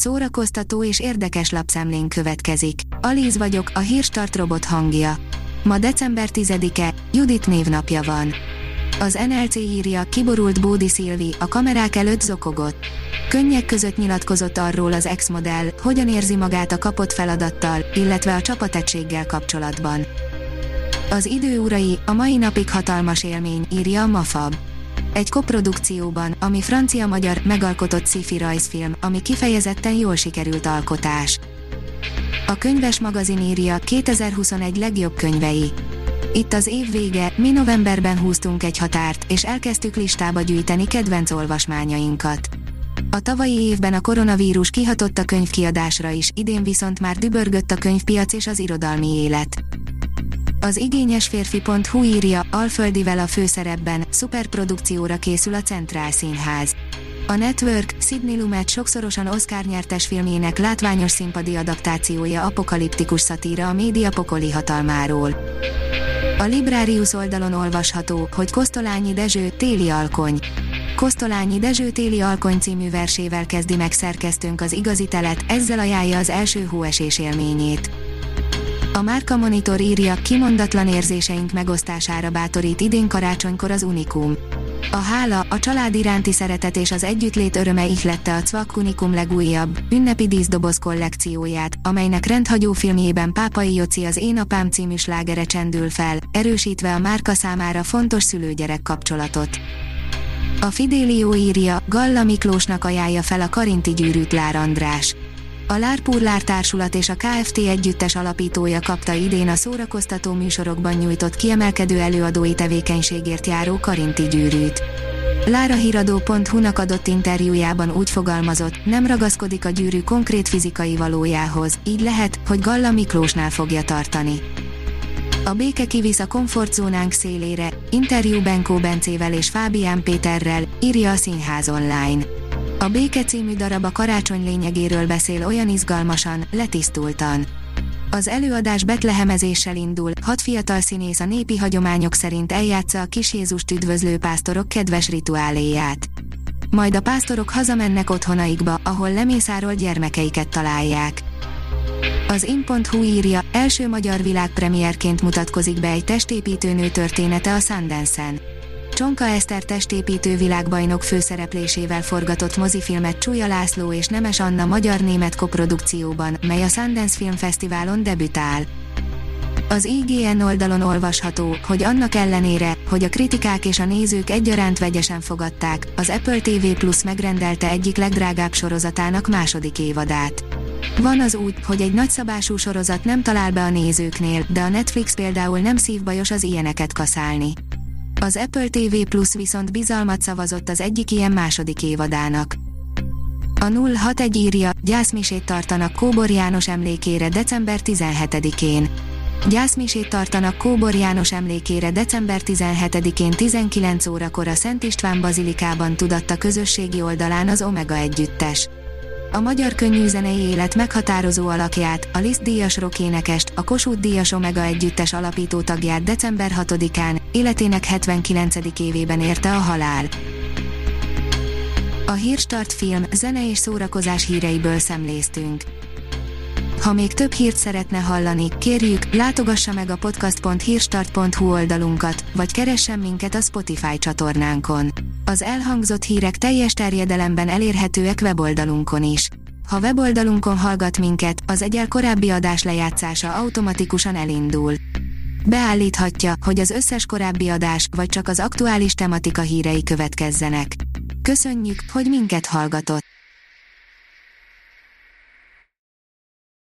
szórakoztató és érdekes lapszemlén következik. Alíz vagyok, a Hírstart robot hangja. Ma december 10-e, Judit névnapja van. Az NLC írja, kiborult Bódi Szilvi, a kamerák előtt zokogott. Könnyek között nyilatkozott arról az ex-modell, hogyan érzi magát a kapott feladattal, illetve a csapategységgel kapcsolatban. Az Idő urai, a mai napig hatalmas élmény, írja a Mafab. Egy koprodukcióban, ami francia-magyar, megalkotott sci-fi rajzfilm, ami kifejezetten jól sikerült alkotás. A Könyves magazin írja, 2021 legjobb könyvei. Itt az év vége, mi novemberben húztunk egy határt, és elkezdtük listába gyűjteni kedvenc olvasmányainkat. A tavalyi évben a koronavírus kihatott a könyvkiadásra is, idén viszont már dübörgött a könyvpiac és az irodalmi élet. Az igényesférfi.hu írja, Alföldivel a főszerepben, szuperprodukcióra készül a Centrál Színház. A Network, Sidney Lumet sokszorosan Oscar-nyertes filmjének látványos színpadi adaptációja apokaliptikus szatíra a média pokoli hatalmáról. A Librarius oldalon olvasható, hogy Kosztolányi Dezső, téli alkony. Kosztolányi Dezső téli alkony című versével kezdi meg szerkesztőnk az igazi telet, ezzel ajánlja az első hóesés élményét. A Márka Monitor írja, kimondatlan érzéseink megosztására bátorít idén karácsonykor az Unikum. A hála, a család iránti szeretet és az együttlét öröme ihlette a Cvak Unikum legújabb, ünnepi díszdoboz kollekcióját, amelynek rendhagyó filmjében Pápai Joci az Én apám című slágere csendül fel, erősítve a márka számára fontos szülő-gyerek kapcsolatot. A Fidelio írja, Galla Miklósnak ajánlja fel a Karinti gyűrűt Lár András. A Lárpúr-Lár Társulat és a Kft. Együttes alapítója kapta idén a szórakoztató műsorokban nyújtott kiemelkedő előadói tevékenységért járó Karinti gyűrűt. Lárahíradó.hu-nak adott interjújában úgy fogalmazott, nem ragaszkodik a gyűrű konkrét fizikai valójához, így lehet, hogy Galla Miklósnál fogja tartani. A béke kivisz a komfortzónánk szélére, interjú Benkó Bencével és Fábián Péterrel, írja a Színház online. A Béke című darab a karácsony lényegéről beszél olyan izgalmasan, letisztultan. Az előadás betlehemezéssel indul, 6 fiatal színész a népi hagyományok szerint eljátsza a kis Jézust üdvözlő pásztorok kedves rituáléját. Majd a pásztorok hazamennek otthonaikba, ahol lemészárolt gyermekeiket találják. Az in.hu írja, első magyar világpremierként mutatkozik be egy testépítőnő története a Sundance-en. Csonka Eszter testépítő világbajnok főszereplésével forgatott mozifilmet Csúlya László és Nemes Anna magyar-német koprodukcióban, mely a Sundance Filmfesztiválon debütál. Az IGN oldalon olvasható, hogy annak ellenére, hogy a kritikák és a nézők egyaránt vegyesen fogadták, az Apple TV Plus megrendelte egyik legdrágább sorozatának második évadát. Van az úgy, hogy egy nagyszabású sorozat nem talál be a nézőknél, de a Netflix például nem szívbajos az ilyeneket kaszálni. Az Apple TV Plus viszont bizalmat szavazott az egyik ilyen második évadának. A 061 írja, gyászmisét tartanak Kóbor János emlékére december 17-én. Gyászmisét tartanak Kóbor János emlékére december 17-én 19 órakor a Szent István Bazilikában, tudatta közösségi oldalán az Omega együttes. A magyar könnyűzenei élet meghatározó alakját, a Liszt díjas rockénekest, a Kossuth díjas Omega együttes alapító tagját december 6-án, életének 79. évében érte a halál. A Hírstart film, zene és szórakozás híreiből szemléztünk. Ha még több hírt szeretne hallani, kérjük, látogassa meg a podcast.hírstart.hu oldalunkat, vagy keressen minket a Spotify csatornánkon. Az elhangzott hírek teljes terjedelemben elérhetőek weboldalunkon is. Ha weboldalunkon hallgat minket, az egyel korábbi adás lejátszása automatikusan elindul. Beállíthatja, hogy az összes korábbi adás, vagy csak az aktuális tematika hírei következzenek. Köszönjük, hogy minket hallgatott!